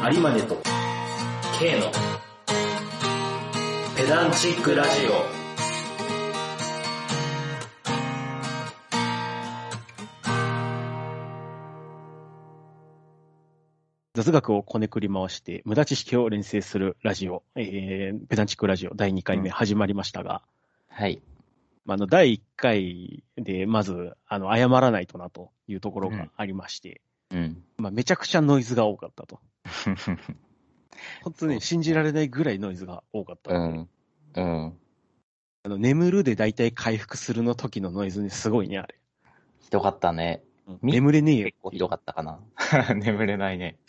有馬ネと K のペダンチックラジオ。 雑学をこねくり回して無駄知識を連成するラジオ、ペダンチックラジオ第2回目始まりましたが、 はい。 第1回でまず謝らないとなというところがありまして、めちゃくちゃノイズが多かったと。本当に信じられないぐらいノイズが多かったので、眠るでだいたい回復するの時のノイズにすごいね、あれ。 ひどかったね。 眠れねえよ。 結構ひどかったかな。眠れないね。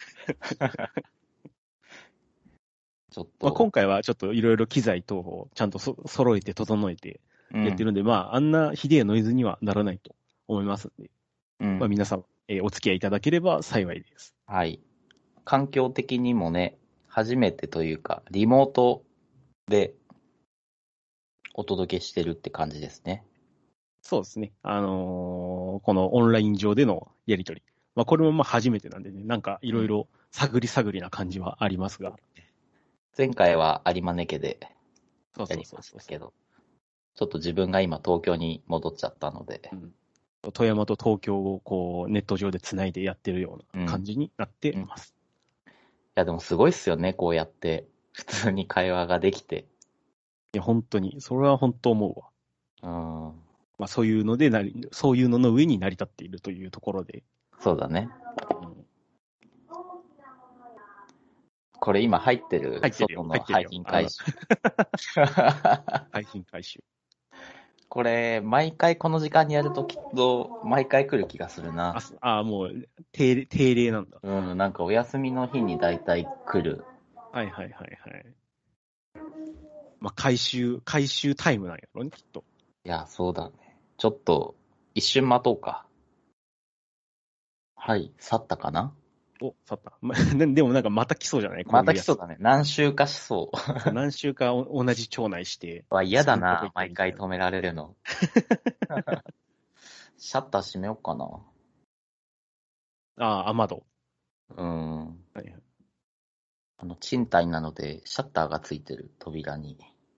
ちょっと。 今回はちょっといろいろ機材等をちゃんと揃えて整えてやってるんで、あんなひでえノイズにはならないと思いますんで、皆さん、お付き合いいただければ幸いです。 はい。環境的にもね、初めてというか、リモートでお届けしてるって感じですね。 そうですね。このオンライン上でのやりとり。これも初めてなんでね、なんかいろいろ探り探りな感じはありますが。 前回は有馬根家でやりましたけど、ちょっと自分が今東京に戻っちゃったので。 富山と東京をこうネット上でつないでやってるような感じになっています。 いやでもすごいっすよね、こうやって普通に会話ができて。 いや本当に、それは本当思うわ。そういうのの上に成り立っているというところで。 そうだね。これ今入ってる外の配信回収。 配信回収。 これ、毎回この時間にやるときっと、毎回来る気がするな。 もう、定例なんだ。 なんかお休みの日にだいたい来る。 はい。回収タイムなんやろね、きっと。 いや、そうだね。ちょっと、一瞬待とうか。はい、去ったかな？ 去った。でもなんかまた来そうじゃない？ また来そうだね。何週かしそう。 何週か同じ町内して。 嫌だな、毎回止められるの。シャッター閉めようかな。 雨戸。 賃貸なので、シャッターがついてる、扉に。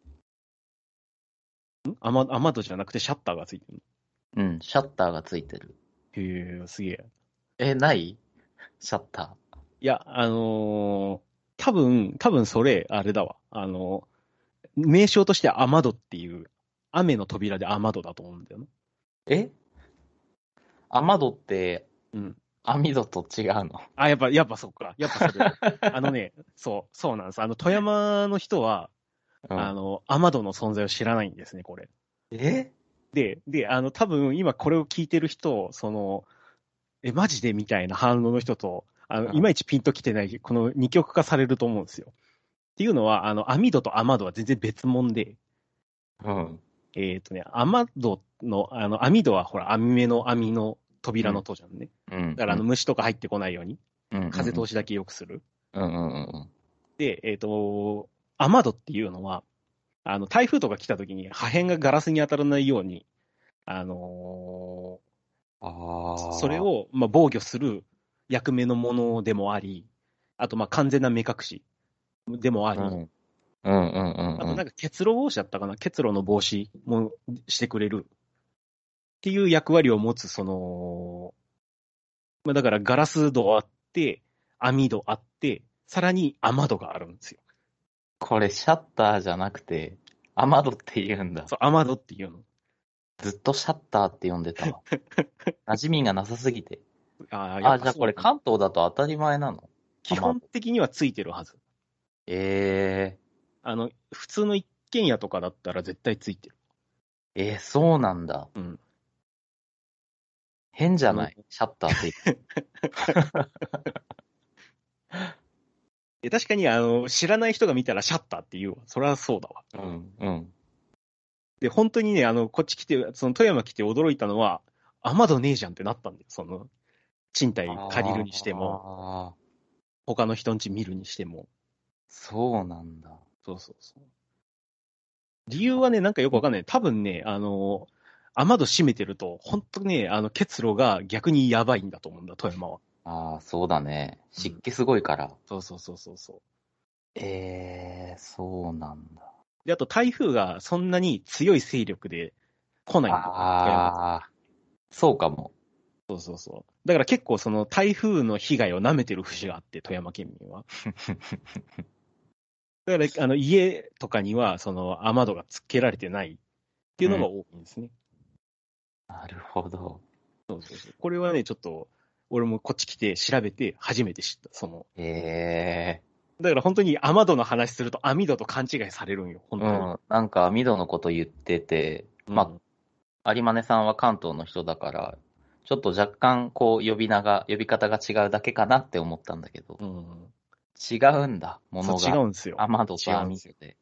雨戸じゃなくてシャッターがついてるの？シャッターがついてる。 へえ、すげえ。ないシャッター。 いや、多分それ、あれだわ。名称として雨戸っていう、雨の扉で雨戸だと思うんだよね。 雨戸って、網戸と違うの？ やっぱそっか。やっぱそれ。そうなんです。富山の人は、雨戸の存在を知らないんですね、これ。で、多分今これを聞いてる人、マジでみたいな反応の人と、いまいちピンときてない、この二極化されると思うんですよ。っていうのは、網戸と雨戸は全然別物で、雨戸の、網戸はほら、網目の網の扉の戸じゃんね。だから虫とか入ってこないように、風通しだけ良くする。で、雨戸っていうのは、台風とか来た時に破片がガラスに当たらないように、それを、防御する役目のものでもあり、あと、完全な目隠しでもあり、あと、なんか結露防止だったかな、結露の防止もしてくれるっていう役割を持つ、だからガラス戸あって、網戸あって、さらに雨戸があるんですよ。 これシャッターじゃなくて、雨戸って言うんだ。 そう、雨戸っていうの。 ずっとシャッターって呼んでたわ。馴染みがなさすぎて。じゃあこれ関東だと当たり前なの？ 基本的にはついてるはず。普通の一軒家とかだったら絶対ついてる。そうなんだ。変じゃない？シャッターって言う。確かに知らない人が見たらシャッターって言うわ。それはそうだわ。で、本当にね、こっち来て、富山来て驚いたのは、雨戸ねえじゃんってなったんだよ。賃貸借りるにしても、他の人ん家見るにしても。 そうなんだ。 そう。理由はね、なんかよくわかんない。多分ね、雨戸閉めてると、本当ね、結露が逆にやばいんだと思うんだ、富山は。 ああ、そうだね。湿気すごいから。 そうそうそうそうそう。 そうなんだ。 で、あと台風がそんなに強い勢力で来ないんだよね、富山。 ああ、そうかも。 そうそうそう。だから結構その台風の被害を舐めてる節があって、富山県民は。だから、家とかには、その雨戸がつけられてないっていうのが多いんですね。 なるほど。 そうそうそう。これはね、ちょっと、俺もこっち来て調べて初めて知った。だから本当に雨戸の話すると網戸と勘違いされるんよ、本当に。 なんか、網戸のこと言ってて、まあ、有馬根さんは関東の人だから、ちょっと若干、こう、呼び方が違うだけかなって思ったんだけど、違うんだ、ものが。 そう、違うんですよ。 雨戸と網戸で。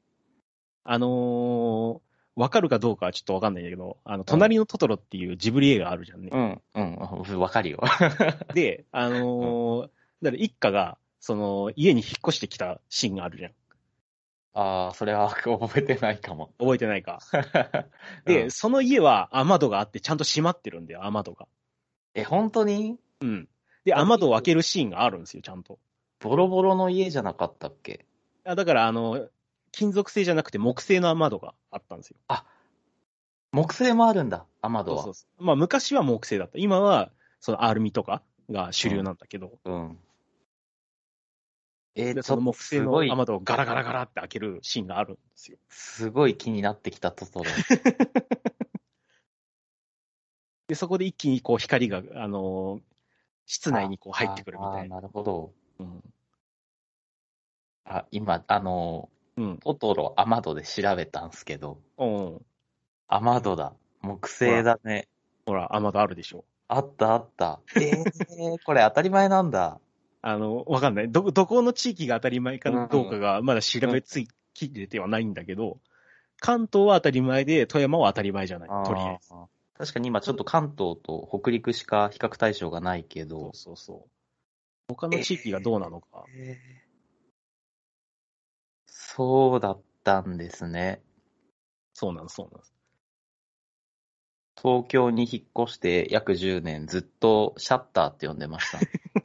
わかるかどうかはちょっとわかんないんだけど、隣のトトロっていうジブリ映画あるじゃんね。 わかるよ。 で、だから一家が、その、家に引っ越してきたシーンがあるじゃん。 ああ、それは覚えてないかも。 覚えてないか。で、その家は雨戸があってちゃんと閉まってるんだよ、雨戸が。 本当に？ うん。で、雨戸を開けるシーンがあるんですよ、ちゃんと。 ボロボロの家じゃなかったっけ？ だから、金属製じゃなくて木製の雨戸があったんですよ。 あ、木製もあるんだ、雨戸は。 そうそう。まあ、昔は木製だった。今は、そのアルミとかが主流なんだけど。で、その木製の雨戸をガラガラガラって開けるシーンがあるんですよ。 すごい気になってきたトトロ。 で、そこで一気にこう光が、室内にこう入ってくるみたいな。 なるほど。 うん、 今、トトロ雨戸で調べたんすけど、雨戸だ。木製だね。 ほら、雨戸あるでしょ。 あったあった。これ当たり前なんだ。 わかんない。どこの地域が当たり前かどうかがまだ調べつきれてはないんだけど、関東は当たり前で、富山は当たり前じゃない。とりあえず。 確かに今ちょっと関東と北陸しか比較対象がないけど。 そう。他の地域がどうなのか。 そうだったんですね。 そうなんです。 東京に引っ越して約10年ずっとシャッターって呼んでました。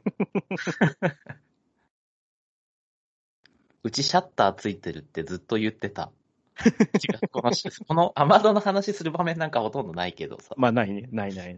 うちシャッターついてるってずっと言ってた。違う、この雨戸の話する場面なんかほとんどないけどさ。 まあないね。ない。 い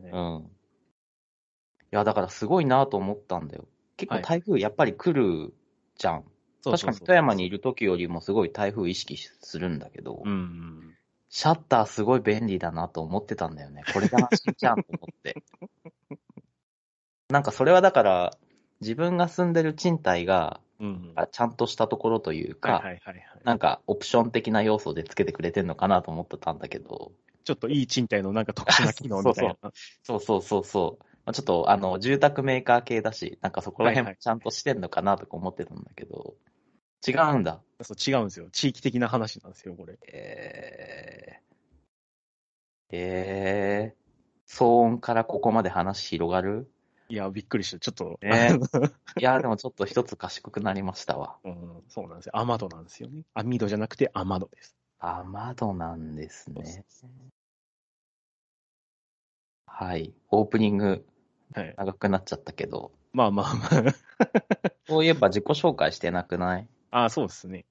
や、だからすごいなと思ったんだよ。結構台風やっぱり来るじゃん。確かに富山にいる時よりもすごい台風意識するんだけど、シャッターすごい便利だなと思ってたんだよね。これが安心じゃんと思って。なんかそれはだから、自分が住んでる賃貸が、ちゃんとしたところというか、なんかオプション的な要素でつけてくれてんのかなと思ってたんだけど。 ちょっといい賃貸のなんか特殊な機能みたいな。 そう。ちょっと住宅メーカー系だし、なんかそこら辺もちゃんとしてんのかなとか思ってたんだけど、違うんだ。 そう、違うんですよ。地域的な話なんですよ、これ。 騒音からここまで話広がる？ いや、びっくりした。ちょっと。 いや、でもちょっと一つ賢くなりましたわ。 そうなんですよ。雨戸なんですよね。網戸じゃなくて雨戸です。 雨戸なんですね。はい。オープニング、長くなっちゃったけど。 まあ。 そういえば自己紹介してなくない？ そうですね。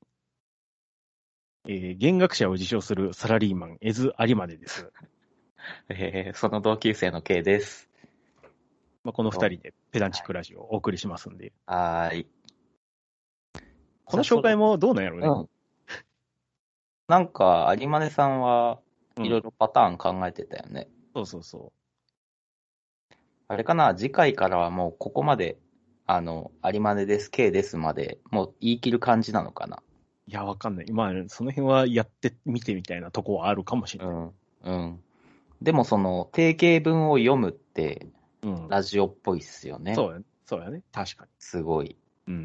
弦楽者を自称するサラリーマン、江津有馬でです。 その同級生の K です。 この二人でペダンチックラジオをお送りしますんで。 はい。 この紹介もどうなんやろうね。 なんか、有馬根さんはいろいろパターン考えてたよね。 そう。 あれかな、次回からはもうここまで、有馬根です、K ですまで、もう言い切る感じなのかな。 いや、わかんない。まあ、その辺はやってみてみたいなとこはあるかもしれない。 でもその、定型文を読むって、ラジオっぽいっすよね。 そうやね。確かに。 すごい。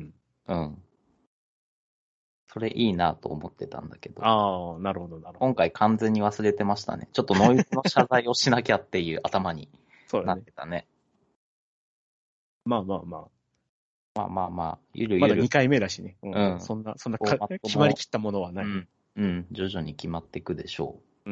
それいいなと思ってたんだけど。 なるほど。 今回完全に忘れてましたね。ちょっとノイズの謝罪をしなきゃっていう頭になってたね。 まあ、ゆる。 まだ2回目だしね。そんな決まりきったものはない。 徐々に決まっていくでしょう。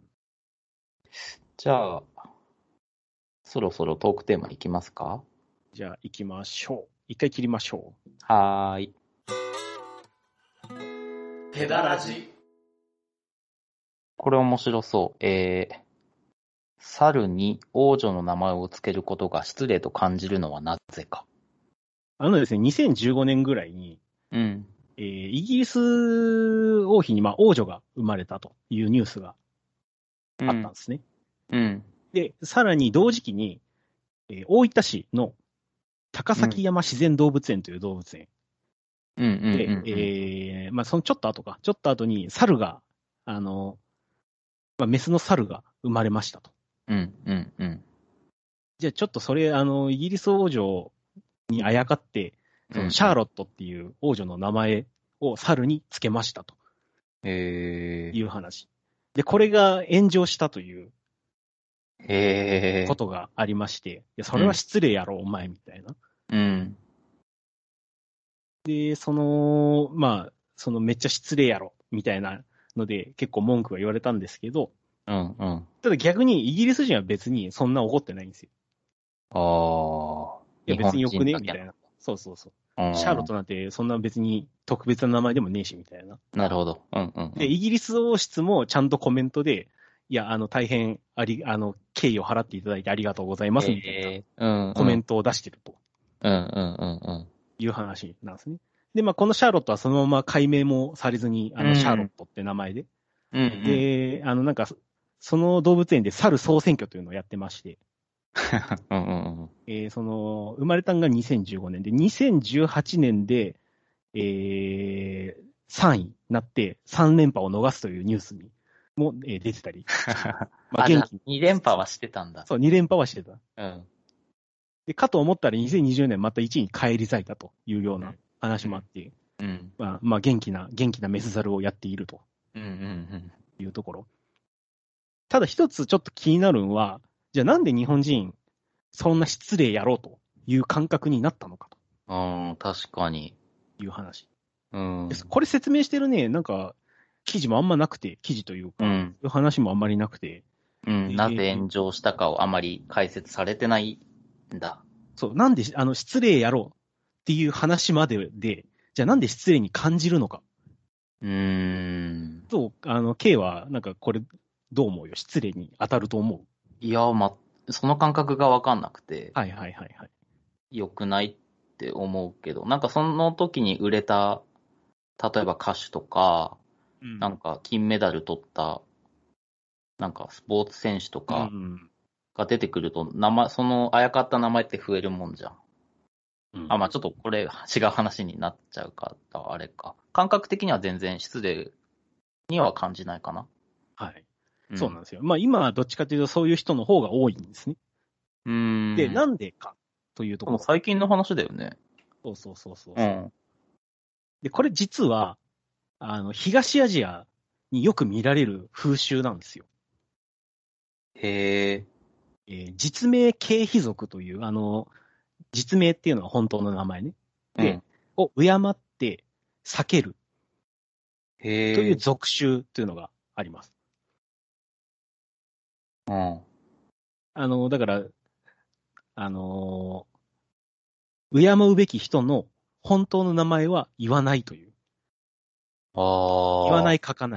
じゃあ、そろそろトークテーマいきますか？ じゃあ行きましょう。一回切りましょう。 はーい。 ペダラジ。 これ面白そう。猿に王女の名前を付けることが失礼と感じるのはなぜか。 ですね、2015年ぐらいに、 うん。 イギリス王妃に、王女が生まれたというニュースがあったんですね。 うん。 で、さらに同時期に、大分市の高崎山自然動物園という動物園。で、そのちょっと後に猿が、メスの猿が生まれましたと。じゃあちょっとそれ、イギリス王女にあやかって、そのシャーロットっていう王女の名前を猿につけましたと。いう話。で、これが炎上したということがありまして、いや、それは失礼やろ、お前、みたいな。で、そのめっちゃ失礼やろ、みたいなので、結構文句が言われたんですけど、ただ逆にイギリス人は別にそんな怒ってないんですよ。いや、別によくねみたいな。そう。シャーロットなんてそんな別に特別な名前でもねえし、みたいな。 なるほど。 で、イギリス王室もちゃんとコメントで、いや、大変敬意を払っていただいてありがとうございます、みたいなコメントを出してると。いう話なんですね。で、このシャーロットはそのまま改名もされずに、シャーロットって名前で。で、その動物園で猿総選挙というのをやってまして、生まれたのが2015年で、2018年で、3位になって3連覇を逃すというニュースにも、出てたり。 元気2連覇はしてたんだ。 そう、2連覇はしてた。で、かと思ったら2020年また1位に返り咲いたというような話もあって、元気なメス猿をやっているというところ。ただ一つちょっと気になるのは、じゃあなんで日本人、そんな失礼やろうという感覚になったのかと。 確かに。 いう話。これ説明してるね、記事もあんまなくて、記事というか、いう話もあんまりなくて。 なぜ炎上したかをあまり解説されてないんだ。 そう、なんで、失礼やろうっていう話までで、じゃあなんで失礼に感じるのか。K は、これ、どう思うよ？失礼に当たると思う？ いや、その感覚がわかんなくて。良くないって思うけど、その時に売れた、例えば歌手とか、金メダル取った、スポーツ選手とかが出てくると、そのあやかった名前って増えるもんじゃん。ちょっとこれ違う話になっちゃうか、あれか。感覚的には全然失礼には感じないかな。 そうなんですよ。今はどっちかというとそういう人の方が多いんですね。で、なんでかというところ。 最近の話だよね。 そう。で、これ実は、東アジアによく見られる風習なんですよ。実名敬卑族という、実名っていうのは本当の名前ね。で、を敬って避ける。という俗習というのがあります。だから、敬うべき人の本当の名前は言わないという。言わない、書かない、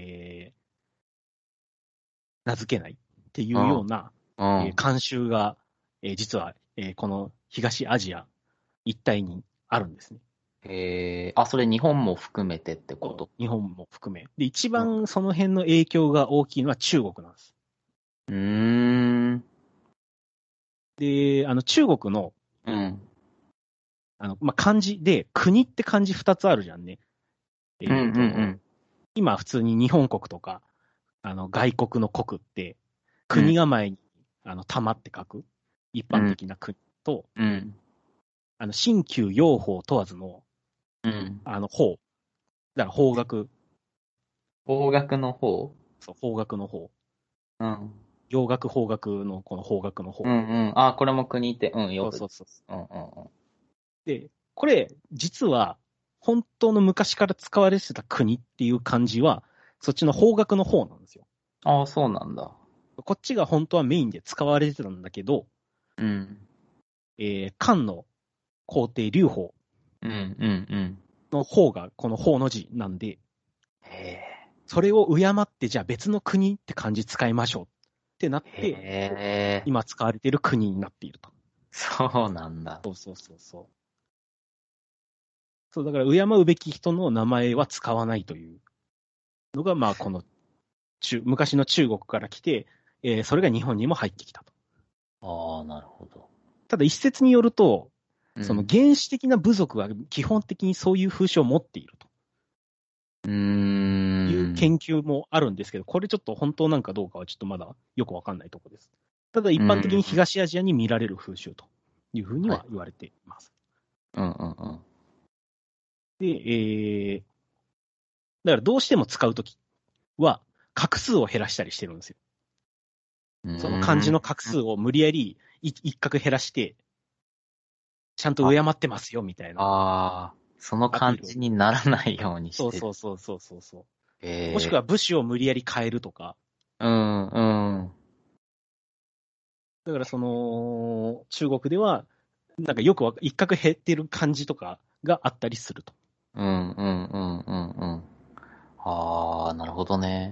名付けないっていうような、慣習が、実は、この東アジア一帯にあるんですね。 それ日本も含めてってこと？ 日本も含め。で、一番その辺の影響が大きいのは中国なんです。で、中国の、漢字で、国って漢字2つあるじゃんね。今普通に日本国とか、外国の国って、国構えに、玉って書く、一般的な国と、新旧洋法問わずの、法。だから方角。 方角の方？ そう、方角の方。洋楽方角のこの方角の方。 これも国って、よく。 そう。で、これ、実は、本当の昔から使われてた国っていう漢字は、そっちの方角の方なんですよ。 そうなんだ。 こっちが本当はメインで使われてたんだけど、 漢の皇帝劉邦の方がこの方の字なんで、それを敬って、じゃあ別の国って漢字使いましょうってなって、今使われている国になっていると。 そうなんだ。 そう。そう、だから敬うべき人の名前は使わないというのが、まあこの昔の中国から来て、それが日本にも入ってきたと。 ああ、なるほど。 ただ一説によると、その原始的な部族は基本的にそういう風習を持っていると。いう研究もあるんですけど、これちょっと本当なんかどうかはちょっとまだよくわかんないところです。ただ一般的に東アジアに見られる風習というふうには言われています。で、だからどうしても使うときは画数を減らしたりしてるんですよ。その漢字の画数を無理やり一画減らして、ちゃんと敬ってますよみたいな。 ああ、その漢字にならないようにしてる。 そう。もしくは武士を無理やり変えるとか。だからその、中国では、なんかよく一画減ってる漢字とかがあったりすると。 ああ、なるほどね。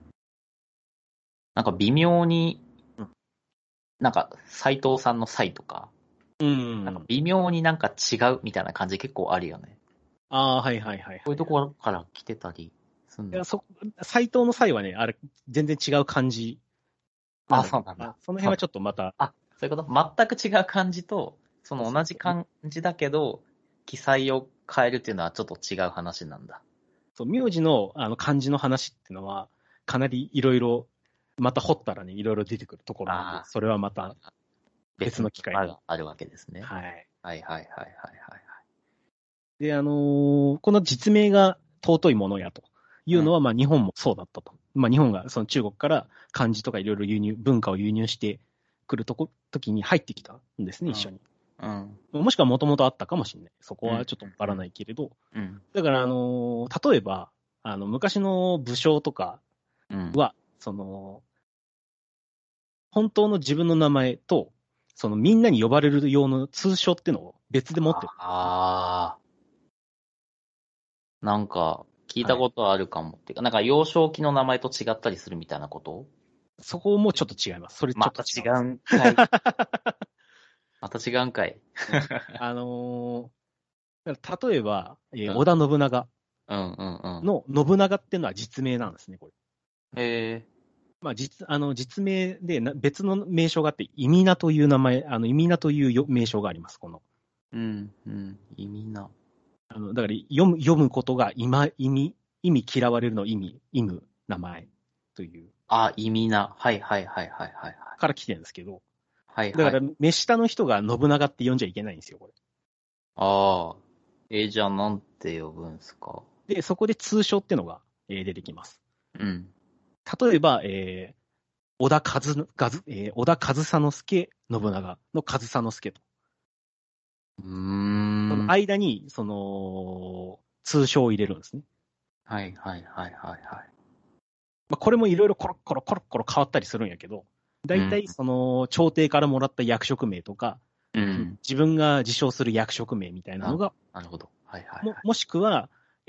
なんか微妙に、なんか斎藤さんの斎とか、なんか微妙になんか違うみたいな感じ結構あるよね。 ああ、はい。こういうところから来てたりするの？ いや、斎藤の斎はね、あれ、全然違う漢字。 あ、そうなんだ。 その辺はちょっとまた。 そういうこと全く違う漢字と、その同じ漢字だけど、記載を変えるっていうのはちょっと違う話なんだ。 そう、名字の漢字の話っていうのは、かなりいろいろ、また掘ったらね、いろいろ出てくるところなんで、それはまた別の機会があるわけですね。 はい。で、この実名が尊いものやというのは、まあ日本もそうだったと。まあ日本がその中国から漢字とかいろいろ文化を輸入してくる時に入ってきたんですね、一緒に。もしくはもともとあったかもしれない。そこはちょっとわからないけれど。だから、例えば、昔の武将とかは、その、本当の自分の名前と、そのみんなに呼ばれる用の通称っていうのを別で持ってる。 なんか、聞いたことあるかもっていうか、なんか幼少期の名前と違ったりするみたいなこと？ そこもちょっと違います。それちょっと違うんかい。また違うんかい。 例えば、織田信長の信長っていうのは実名なんですね、これ。まあ実名で別の名称があって、意味名という名前、意味名という名称があります、この。 意味名。 だから読むことが意味嫌われるの意味名前という。 意味名。はい。 から来てるんですけど。だから、目下の人が信長って呼んじゃいけないんですよ、これ。じゃあなんて呼ぶんすか？ で、そこで通称ってのが、出てきます。例えば、織田上総介信長の上総介と。その間に、その、通称を入れるんですね。 はい。 まあ、これもいろいろコロコロ変わったりするんやけど、大体その、朝廷からもらった役職名とか、自分が自称する役職名みたいなのが、 なるほど。 もしくは、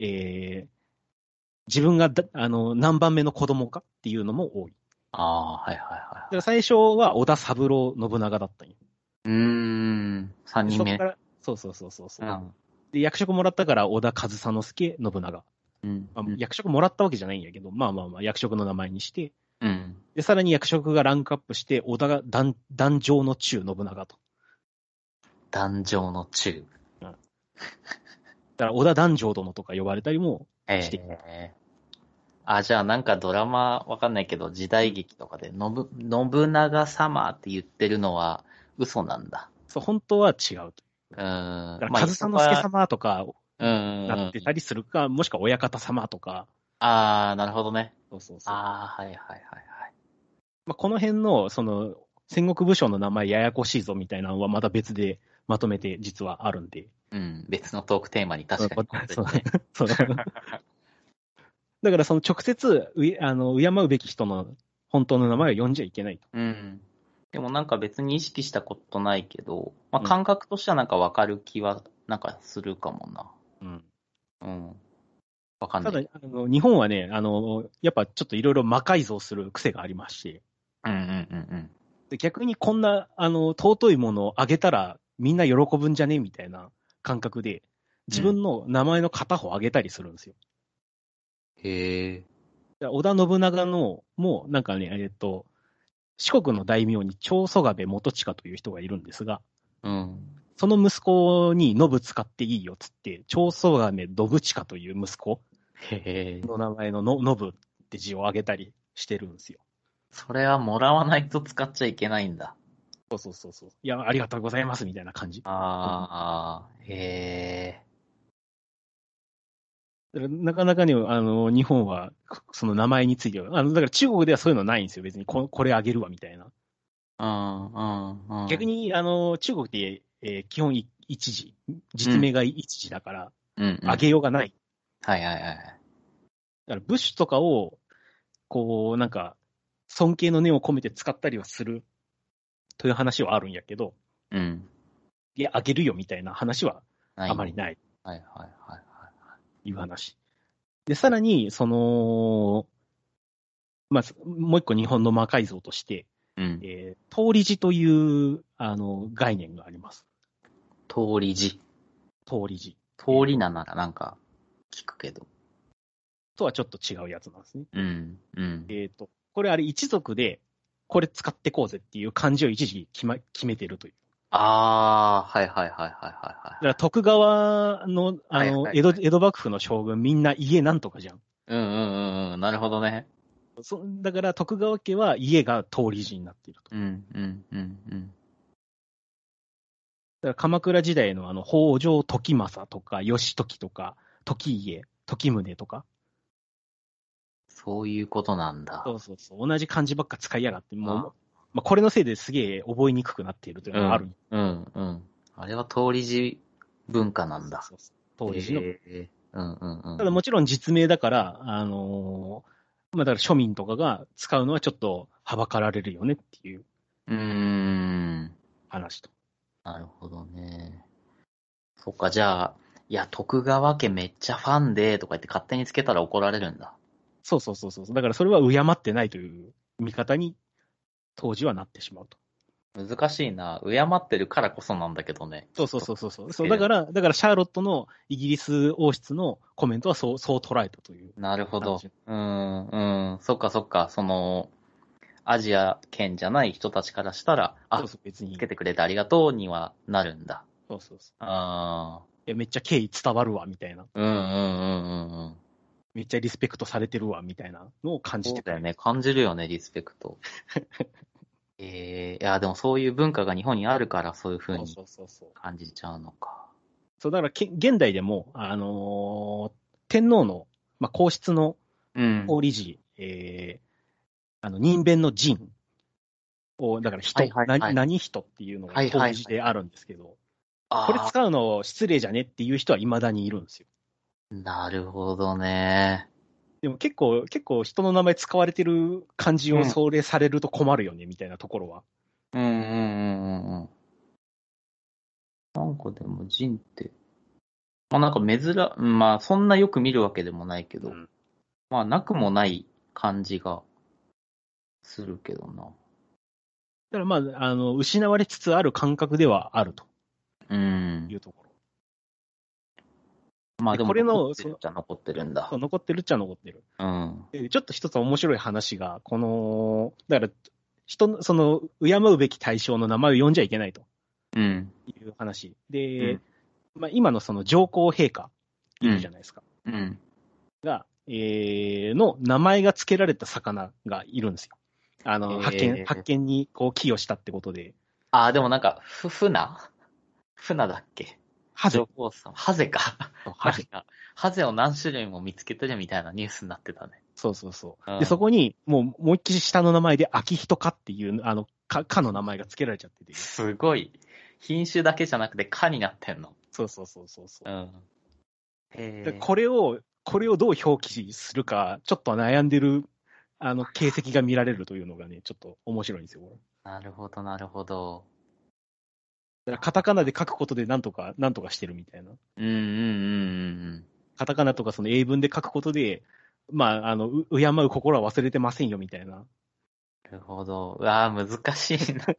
自分が何番目の子供かっていうのも多い。だから最初は織田三郎信長だったんよ。 3人目。 そう。で、役職もらったから織田上総介信長。役職もらったわけじゃないんやけど、まあ、役職の名前にして、で、さらに役職がランクアップして、織田が壇上の中信長と。 壇上の中。 だから織田壇上殿とか呼ばれたりもして。 じゃあなんかドラマわかんないけど、時代劇とかで信長様って言ってるのは嘘なんだ。 そう、本当は違う。だから上総介様とか、なってたりするか、もしくは親方様とか。 なるほどね。 そう。 はい。 まあ、この辺の、その、戦国武将の名前ややこしいぞみたいなのはまた別でまとめて実はあるんで。 別のトークテーマに確かに、ね。 そう。だからその直接、敬うべき人の本当の名前を呼んじゃいけないと。 でもなんか別に意識したことないけど、まあ感覚としてはなんかわかる気はなんかするかもな。うん。うん。わかんない。 ただ、日本はね、やっぱちょっといろいろ魔改造する癖がありまして。 うんうんうんうん。 で、逆にこんな、尊いものをあげたらみんな喜ぶんじゃねみたいな感覚で、自分の名前の片方あげたりするんですよ。 へえ。 織田信長の、もうなんかね、四国の大名に長宗我部元親という人がいるんですが、 うん。 その息子に信使っていいよっつって、長宗我部信親という息子の名前の信って字を挙げたりしてるんですよ。 それはもらわないと使っちゃいけないんだ。 そう。いや、ありがとうございますみたいな感じ。 ああ、へえ。 なかなかね、日本は、その名前については、だから中国ではそういうのないんですよ。別にこれあげるわみたいな。逆に、中国って、基本一時、実名が一時だから、あげようがない。 はいはいはい。だから、ブッシュとかを、こう、なんか、尊敬の念を込めて使ったりはするという話はあるんやけど、いや、あげるよみたいな話はあまりない。 はいはいはいはい。 いう話。で、さらに、まあ、もう一個日本の魔改造として、通り字という、概念があります。 通り字。 通り字。 通りならなんか、聞くけど。 とはちょっと違うやつなんですね。 うん。 これあれ一族で、これ使ってこうぜっていう漢字を一時決めてるという。 ああ、はいはいはいはいはい。だから徳川の、江戸幕府の将軍みんな家なんとかじゃん。 なるほどね。 だから徳川家は家が通り字になっていると。だから鎌倉時代の北条時政とか義時とか時家、時宗とか。 そういうことなんだ。 そう。同じ漢字ばっか使いやがって、もう、まあ、これのせいですげえ覚えにくくなっているというのがある。 あれは通り字文化なんだ。 そう通り字の。 ただもちろん実名だから、まあだから庶民とかが使うのはちょっとはばかられるよねっていう。話と。 なるほどね。そっか、じゃあ、いや、徳川家めっちゃファンで、とか言って勝手につけたら怒られるんだ。 そう。だからそれは敬ってないという見方に当時はなってしまうと。 難しいな。敬ってるからこそなんだけどね。 そう。だからシャーロットのイギリス王室のコメントはそう捉えたという。 なるほど。そっか。アジア圏じゃない人たちからしたら、別につけてくれてありがとうにはなるんだ。 そう。めっちゃ敬意伝わるわ、みたいな。めっちゃリスペクトされてるわ、みたいなのを感じてた。 そうだよね。感じるよね、リスペクト。いや、でもそういう文化が日本にあるから、そういう風に感じちゃうのか。 そう、だから現代でも、天皇の、まあ、皇室の法理事、人弁の人を、だから人、何人っていうのが法理事であるんですけど、これ使うの失礼じゃねっていう人は未だにいるんですよ。 なるほどね。 でも結構人の名前使われてる漢字をそれされると困るよね、みたいなところは。 なんかでも人って、まあなんかまあそんなよく見るわけでもないけど、まあなくもない感じがするけどな。だからまあ、失われつつある感覚ではあると。いうところ。 まあでも、残ってるっちゃ残ってるんだ。 そう、残ってるっちゃ残ってる。ちょっと一つ面白い話が、だから、敬うべき対象の名前を呼んじゃいけないと。いう話。で、まあ今のその上皇陛下いるじゃないですか。が、の名前が付けられた魚がいるんですよ。発見にこう寄与したってことで。 でもなんか、船だっけ？ハゼか。ハゼを何種類も見つけてるみたいなニュースになってたね。 そう。で、そこに、もう一気下の名前で、秋人かっていう、かの名前が付けられちゃってて。 すごい。品種だけじゃなくて、かになってんの。 そう。これをどう表記するか、ちょっと悩んでる、形跡が見られるというのがね、ちょっと面白いんですよ、これ。 なるほど、なるほど。 だからカタカナで書くことでなんとかしてるみたいな。カタカナとかその英文で書くことで、まあ、敬う心は忘れてませんよみたいな。 なるほど。うわぁ、難しいな。そっ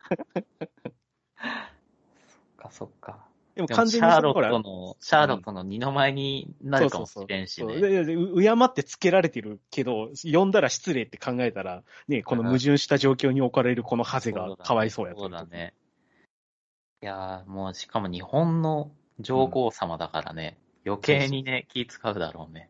か、そっか。 でも完全にシャーロットの二の舞になるかもしれんしね。 敬ってつけられてるけど、呼んだら失礼って考えたら、ね、この矛盾した状況に置かれるこのハゼがかわいそうやと。 そうだね。いやー、もうしかも日本の上皇様だからね、余計にね、気使うだろうね。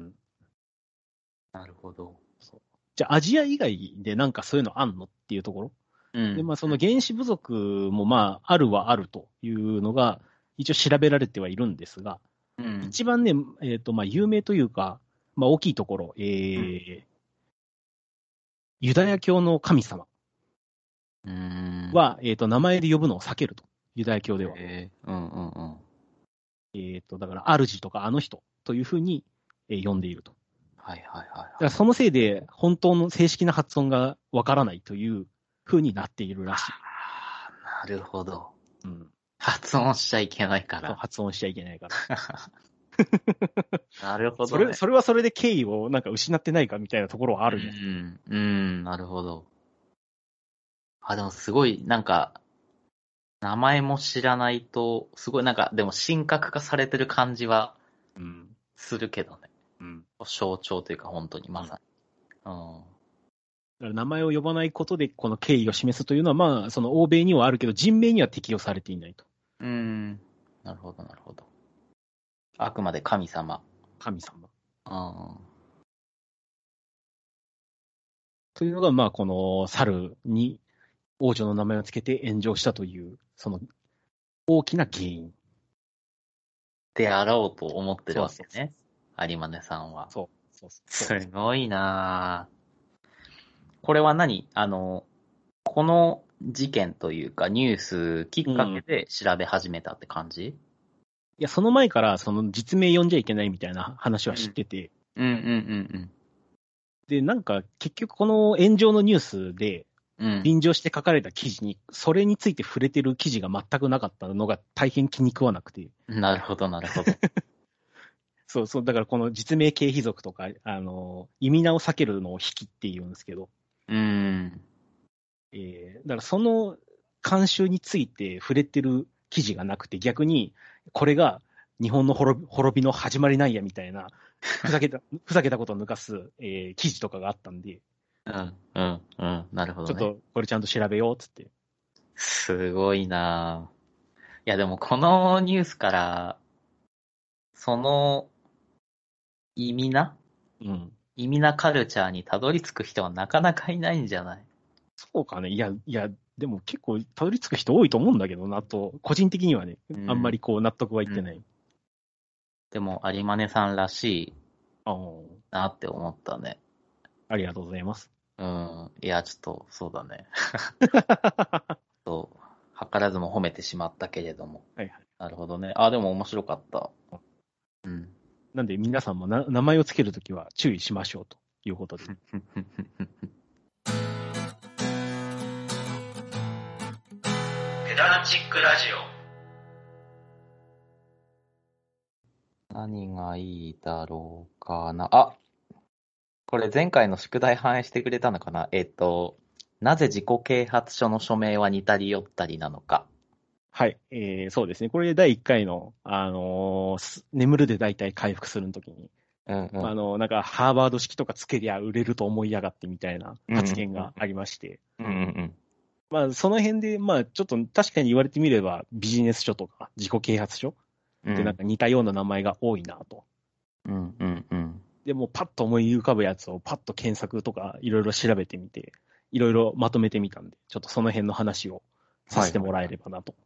なるほど。 じゃあアジア以外でなんかそういうのあんのっていうところ。で、まあその原始部族もまああるはあるというのが一応調べられてはいるんですが、一番ね、まあ有名というか、まあ大きいところ、ユダヤ教の神様は、名前で呼ぶのを避けると。ユダヤ教では。だから、主とかあの人というふうに、呼んでいると。だからそのせいで、本当の正式な発音がわからないというふうになっているらしい。 なるほど。発音しちゃいけないから。 発音しちゃいけないから。 なるほど、ね。 それはそれで敬意をなんか失ってないかみたいなところはあるじゃん。なるほど。でもすごい、なんか、名前も知らないと、すごいなんか、でも神格化されてる感じは、するけどね。象徴というか、本当にまさに。 だから名前を呼ばないことで、この敬意を示すというのは、まあ、その欧米にはあるけど、人名には適用されていないと。 なるほど、なるほど。あくまで神様。 神様。というのが、まあ、この猿に王女の名前をつけて炎上したという、その大きな原因。 であろうと思ってるわけね。有馬根さんは。そう。すごいなぁ。これは何この事件というかニュースきっかけで調べ始めたって感じ？ いや、その前からその実名呼んじゃいけないみたいな話は知ってて。で、なんか結局この炎上のニュースで、臨場して書かれた記事に、それについて触れてる記事が全くなかったのが大変気に食わなくて。 なるほど、なるほど。 そう、だからこの実名経費族とか、意味名を避けるのを引きって言うんですけど。だからその慣習について触れてる記事がなくて、逆に、これが日本の滅びの始まりなんやみたいな、ふざけたことを抜かす、記事とかがあったんで。 なるほど、ね。 ちょっとこれちゃんと調べようっつって。 すごいなぁ。いやでもこのニュースから、その意味なカルチャーにたどり着く人はなかなかいないんじゃない？ そうかね。いや、でも結構たどり着く人多いと思うんだけどなと、個人的にはね、あんまりこう納得はいってない。 でも有馬根さんらしいなって思ったね。 ありがとうございます。 いや、ちょっと、そうだね。そう、図らずも褒めてしまったけれども。なるほどね。でも面白かった。 なんで皆さんも名前をつけるときは注意しましょうということで。ペダラチックラジオ。何がいいだろうかな。これ前回の宿題反映してくれたのかな？なぜ自己啓発書の署名は似たり寄ったりなのか。 はい。そうですね。これ第1回の、眠るで大体回復するの時に、なんかハーバード式とかつけりゃ売れると思いやがってみたいな発言がありまして。まあ、その辺で、まあ、ちょっと確かに言われてみれば、ビジネス書とか自己啓発書ってなんか似たような名前が多いなと。でもパッと思い浮かぶやつをパッと検索とかいろいろ調べてみて、いろいろまとめてみたんで、ちょっとその辺の話をさせてもらえればなと。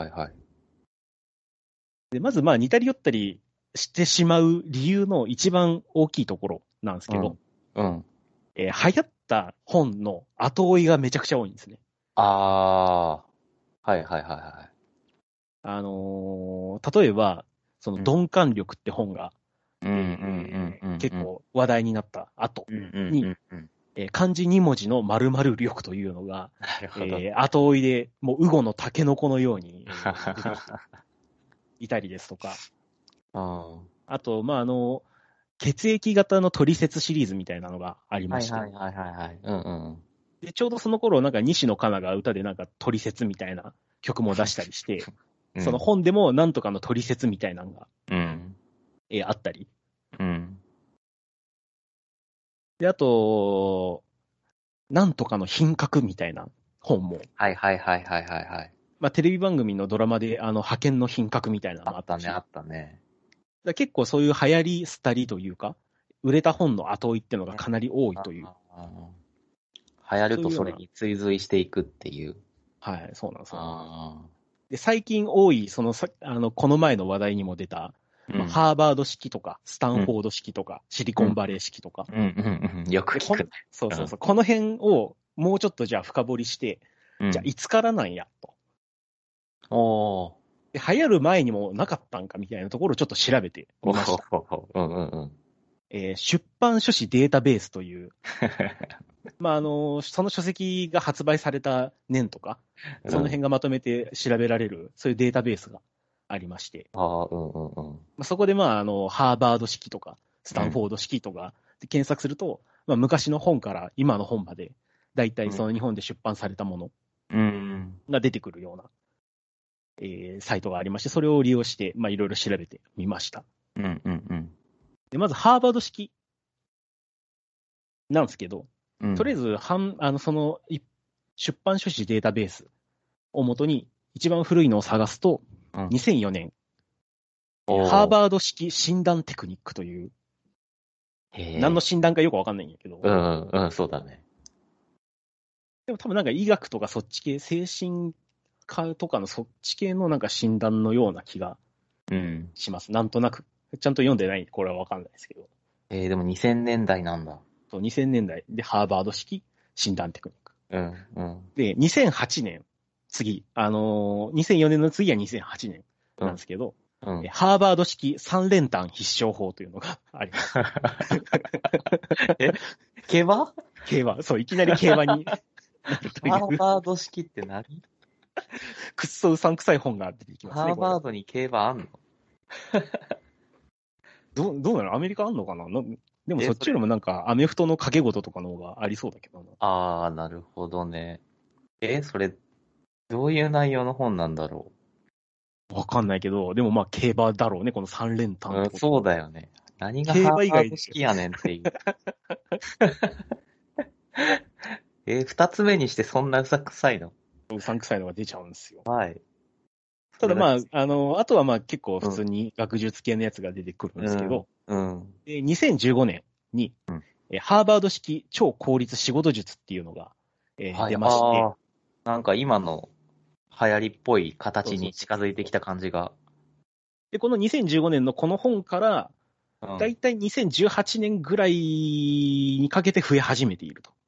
で、まずまあ似たり寄ったりしてしまう理由の一番大きいところなんですけど、流行った本の後追いがめちゃくちゃ多いんですね。例えば、その鈍感力って本が、結構話題になった後に、 漢字2文字の〇〇力というのが、後追いで、もう、ウゴのタケノコのように、出てきていたりですとか。あと、まあ、血液型のトリセツシリーズみたいなのがありまして。はいはいはいはい。うんうん。で、ちょうどその頃、なんか西野カナが歌でなんかトリセツみたいな曲も出したりして、うん、その本でもなんとかのトリセツみたいなのが、うん、あったり。うん。で、あと、なんとかの品格みたいな本も。 はいはいはいはいはいはい。 まあ、テレビ番組のドラマで、派遣の品格みたいなのもあったし。 あったね。 だ結構そういう流行り廃りというか、売れた本の後追いっていうのがかなり多いという。 流行るとそれに追随していくっていう。 はい、そうなんですよ。で、最近多い、この前の話題にも出た、まあ、ハーバード式とか、スタンフォード式とか、シリコンバレー式とか。 よく聞く。 そうそうそう。この辺をもうちょっとじゃあ深掘りして、じゃあいつからなんやと。で、流行る前にもなかったんかみたいなところをちょっと調べてみました。出版書士データベースという、まあ、その書籍が発売された年とか、その辺がまとめて調べられる、そういうデータベースがありまして。そこで、まあ、ハーバード式とか、スタンフォード式とかで検索すると、まあ、昔の本から今の本まで、だいたいその日本で出版されたものが出てくるような、サイトがありまして、それを利用して、まあ、いろいろ調べてみました。で、まず、ハーバード式なんですけど、とりあえず、出版書士データベースをもとに、一番古いのを探すと、2004年、ハーバード式診断テクニックという、何の診断かよくわかんないんだけど、 そうだね。 でも多分なんか医学とかそっち系、精神科とかのそっち系のなんか診断のような気がします。なんとなく。ちゃんと読んでない、これはわかんないですけど。 でも2000年代なんだ。 そう、2000年代でハーバード式診断テクニック。で、2008年、次、2004年の次は2008年なんですけど、ハーバード式3連単必勝法というのがあります。 競馬？ 競馬。そう、いきなり競馬になるという。 ハーバード式って何？ くっそうさんくさい本が出てきますね。 ハーバードに競馬あんの？ どうなの？アメリカあんのかな？でもそっちよりもなんかアメフトの掛け事とかの方がありそうだけどな。なるほどね。それ、どういう内容の本なんだろう？わかんないけど、でもまあ競馬だろうね、この3連単ってこと。 そうだよね。何がハーバード式やねんっていう。二つ目にしてそんなうさくさいの？ うさんくさいのが出ちゃうんですよ。 はい。 ただまあ、あとはまあ結構普通に学術系のやつが出てくるんですけど、で2015年に、ハーバード式超効率仕事術っていうのが、出まして。 なんか今の流行りっぽい形に近づいてきた感じが。 で、この2015年のこの本から、だいたい2018年ぐらいにかけて増え始めていると。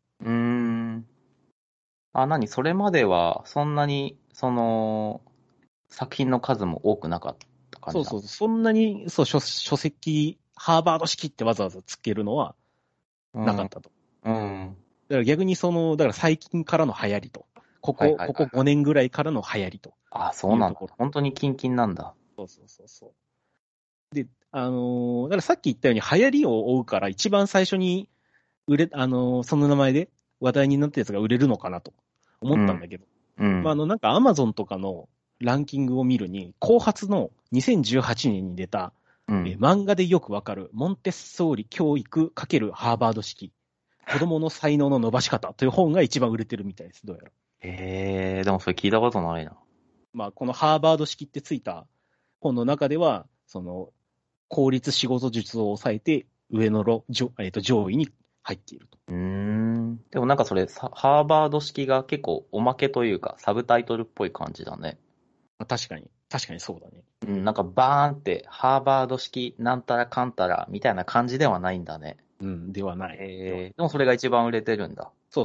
それまではそんなに、作品の数も多くなかった感じ？ そう、そんなに、書籍、ハーバード式ってわざわざつけるのはなかったと。だから逆にだから最近からの流行りと。ここ5年ぐらいからの流行りと。 そうなんだ。本当にキンキンなんだ。 そう。で、だからさっき言ったように流行りを追うから一番最初にその名前で話題になったやつが売れるのかなと思ったんだけど。まあなんか Amazon とかのランキングを見るに、後発の2018年に出た、漫画でよくわかるモンテッソーリ教育×ハーバード式子供の才能の伸ばし方という本が一番売れてるみたいです、どうやら。 でもそれ聞いたことないな。 まあこのハーバード式ってついた本の中では、効率仕事術を抑えて上の上位に入っていると。 でもなんかそれ、ハーバード式が結構おまけというか、サブタイトルっぽい感じだね。 確かにそうだね。 なんかバーンって、ハーバード式なんたらかんたらみたいな感じではないんだね。 ではない。 でもそれが一番売れてるんだ。 そう。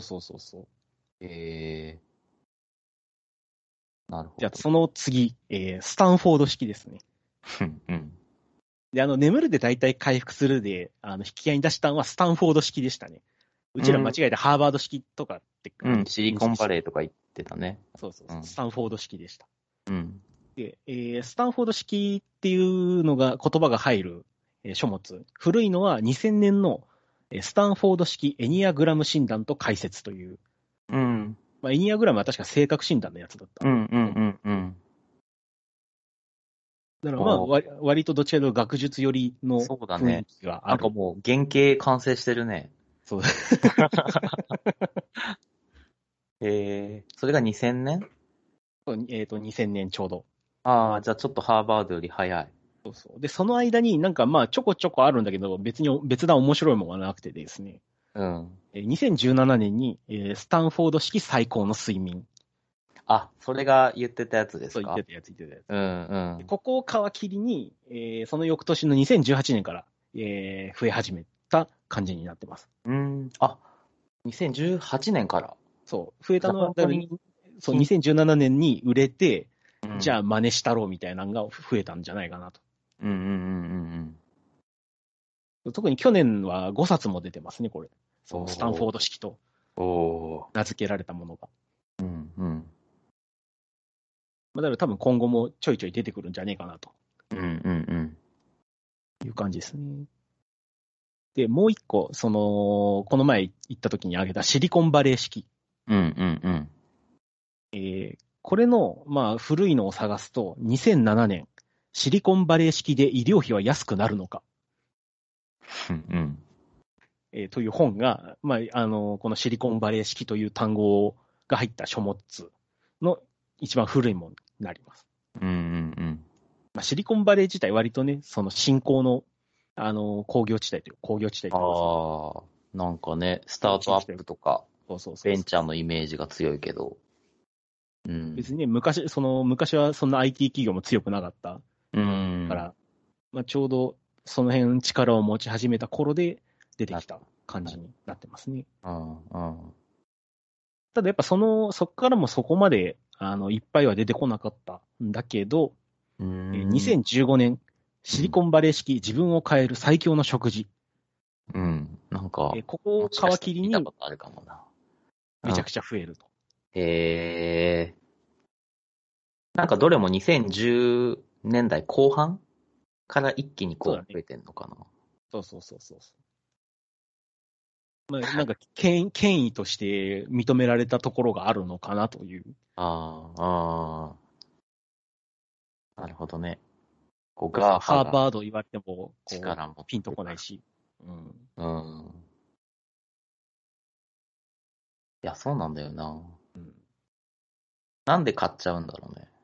なるほど。 じゃあその次、スタンフォード式ですね。で、眠るで大体回復するで、引き合いに出したのはスタンフォード式でしたね。 うちら間違えてハーバード式とかって、 シリコンバレーとか言ってたね。 そう、スタンフォード式でした。で、スタンフォード式っていうのが、言葉が入る、書物。古いのは2000年のスタンフォード式エニアグラム診断と解説という。まあ、エニアグラムは確か性格診断のやつだった。だからまあ、割とどちらかというと学術寄りの雰囲気がある。 なんかもう原型完成してるね。 そうです。 それが2000年 2000年ちょうど。 ああ、じゃあちょっとハーバードより早い。 で、その間になんかまあちょこちょこあるんだけど、別段面白いものがなくてですね。2017年に、スタンフォード式最高の睡眠。 あ、それが言ってたやつですか？ そう言ってたやつ。ここを皮切りに、その翌年の2018年から、増え始めた感じになってます。 あ、2018年から。 そう。増えたのは、そう、2017年に売れて、じゃあ真似したろうみたいなのが増えたんじゃないかなと。特に去年は5冊も出てますね、これ。そのスタンフォード式と名付けられたものが。だから多分今後もちょいちょい出てくるんじゃねえかなと。いう感じですね。で、もう一個、この前行った時に挙げたシリコンバレー式。これの、まあ、古いのを探すと、2007年、シリコンバレー式で医療費は安くなるのか。という本が、まあ、このシリコンバレー式という単語が入った書物の一番古いものになります。まあ、シリコンバレー自体割とね、その新興の、工業地帯というか。 ああ、なんかね、スタートアップとか、ベンチャーのイメージが強いけど。 別にね、昔はそんな IT 企業も強くなかった。から、まあ、ちょうどその辺力を持ち始めた頃で出てきた感じになってますね。ただやっぱそこからもそこまで、いっぱいは出てこなかったんだけど、2015年、シリコンバレー式自分を変える最強の食事。 なんか、 ここを皮切りに、 見たことあるかもな。 めちゃくちゃ増えると。 なんかどれも2010年代後半から一気にこう増えてんのかな。 そう。まあ、なんか権威として認められたところがあるのかなという。 なるほどね。 ハーバード言われても力もピンとこないし。 いや、そうなんだよな。なんで買っちゃうんだろうね。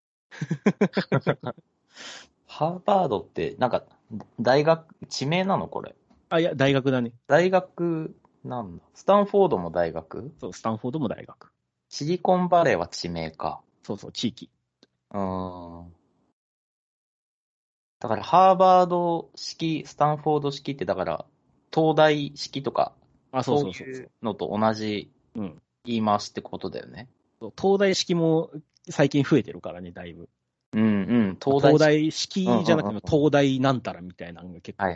ハーバードって、なんか、地名なのこれ。 いや、大学だね。 大学なんだ。スタンフォードも大学？ そう、スタンフォードも大学。 シリコンバレーは地名か。 そう、地域。 だから、ハーバード式、スタンフォード式って、だから、東大式とか、そういうのと同じ言い回しってことだよね。 東大式も最近増えてるからね、だいぶ。東大式じゃなくても東大なんたらみたいなのが結構。 はい。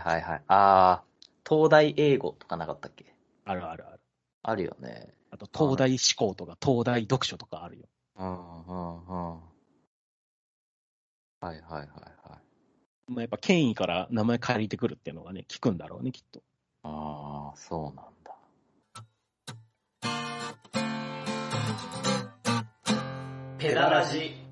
東大英語とかなかったっけ？ ある。 あるよね。 あと東大思考とか東大読書とかあるよ。 はい。 まあ、やっぱ権威から名前借りてくるっていうのがね、効くんだろうね、きっと。 そうなんだ。 ペダラジ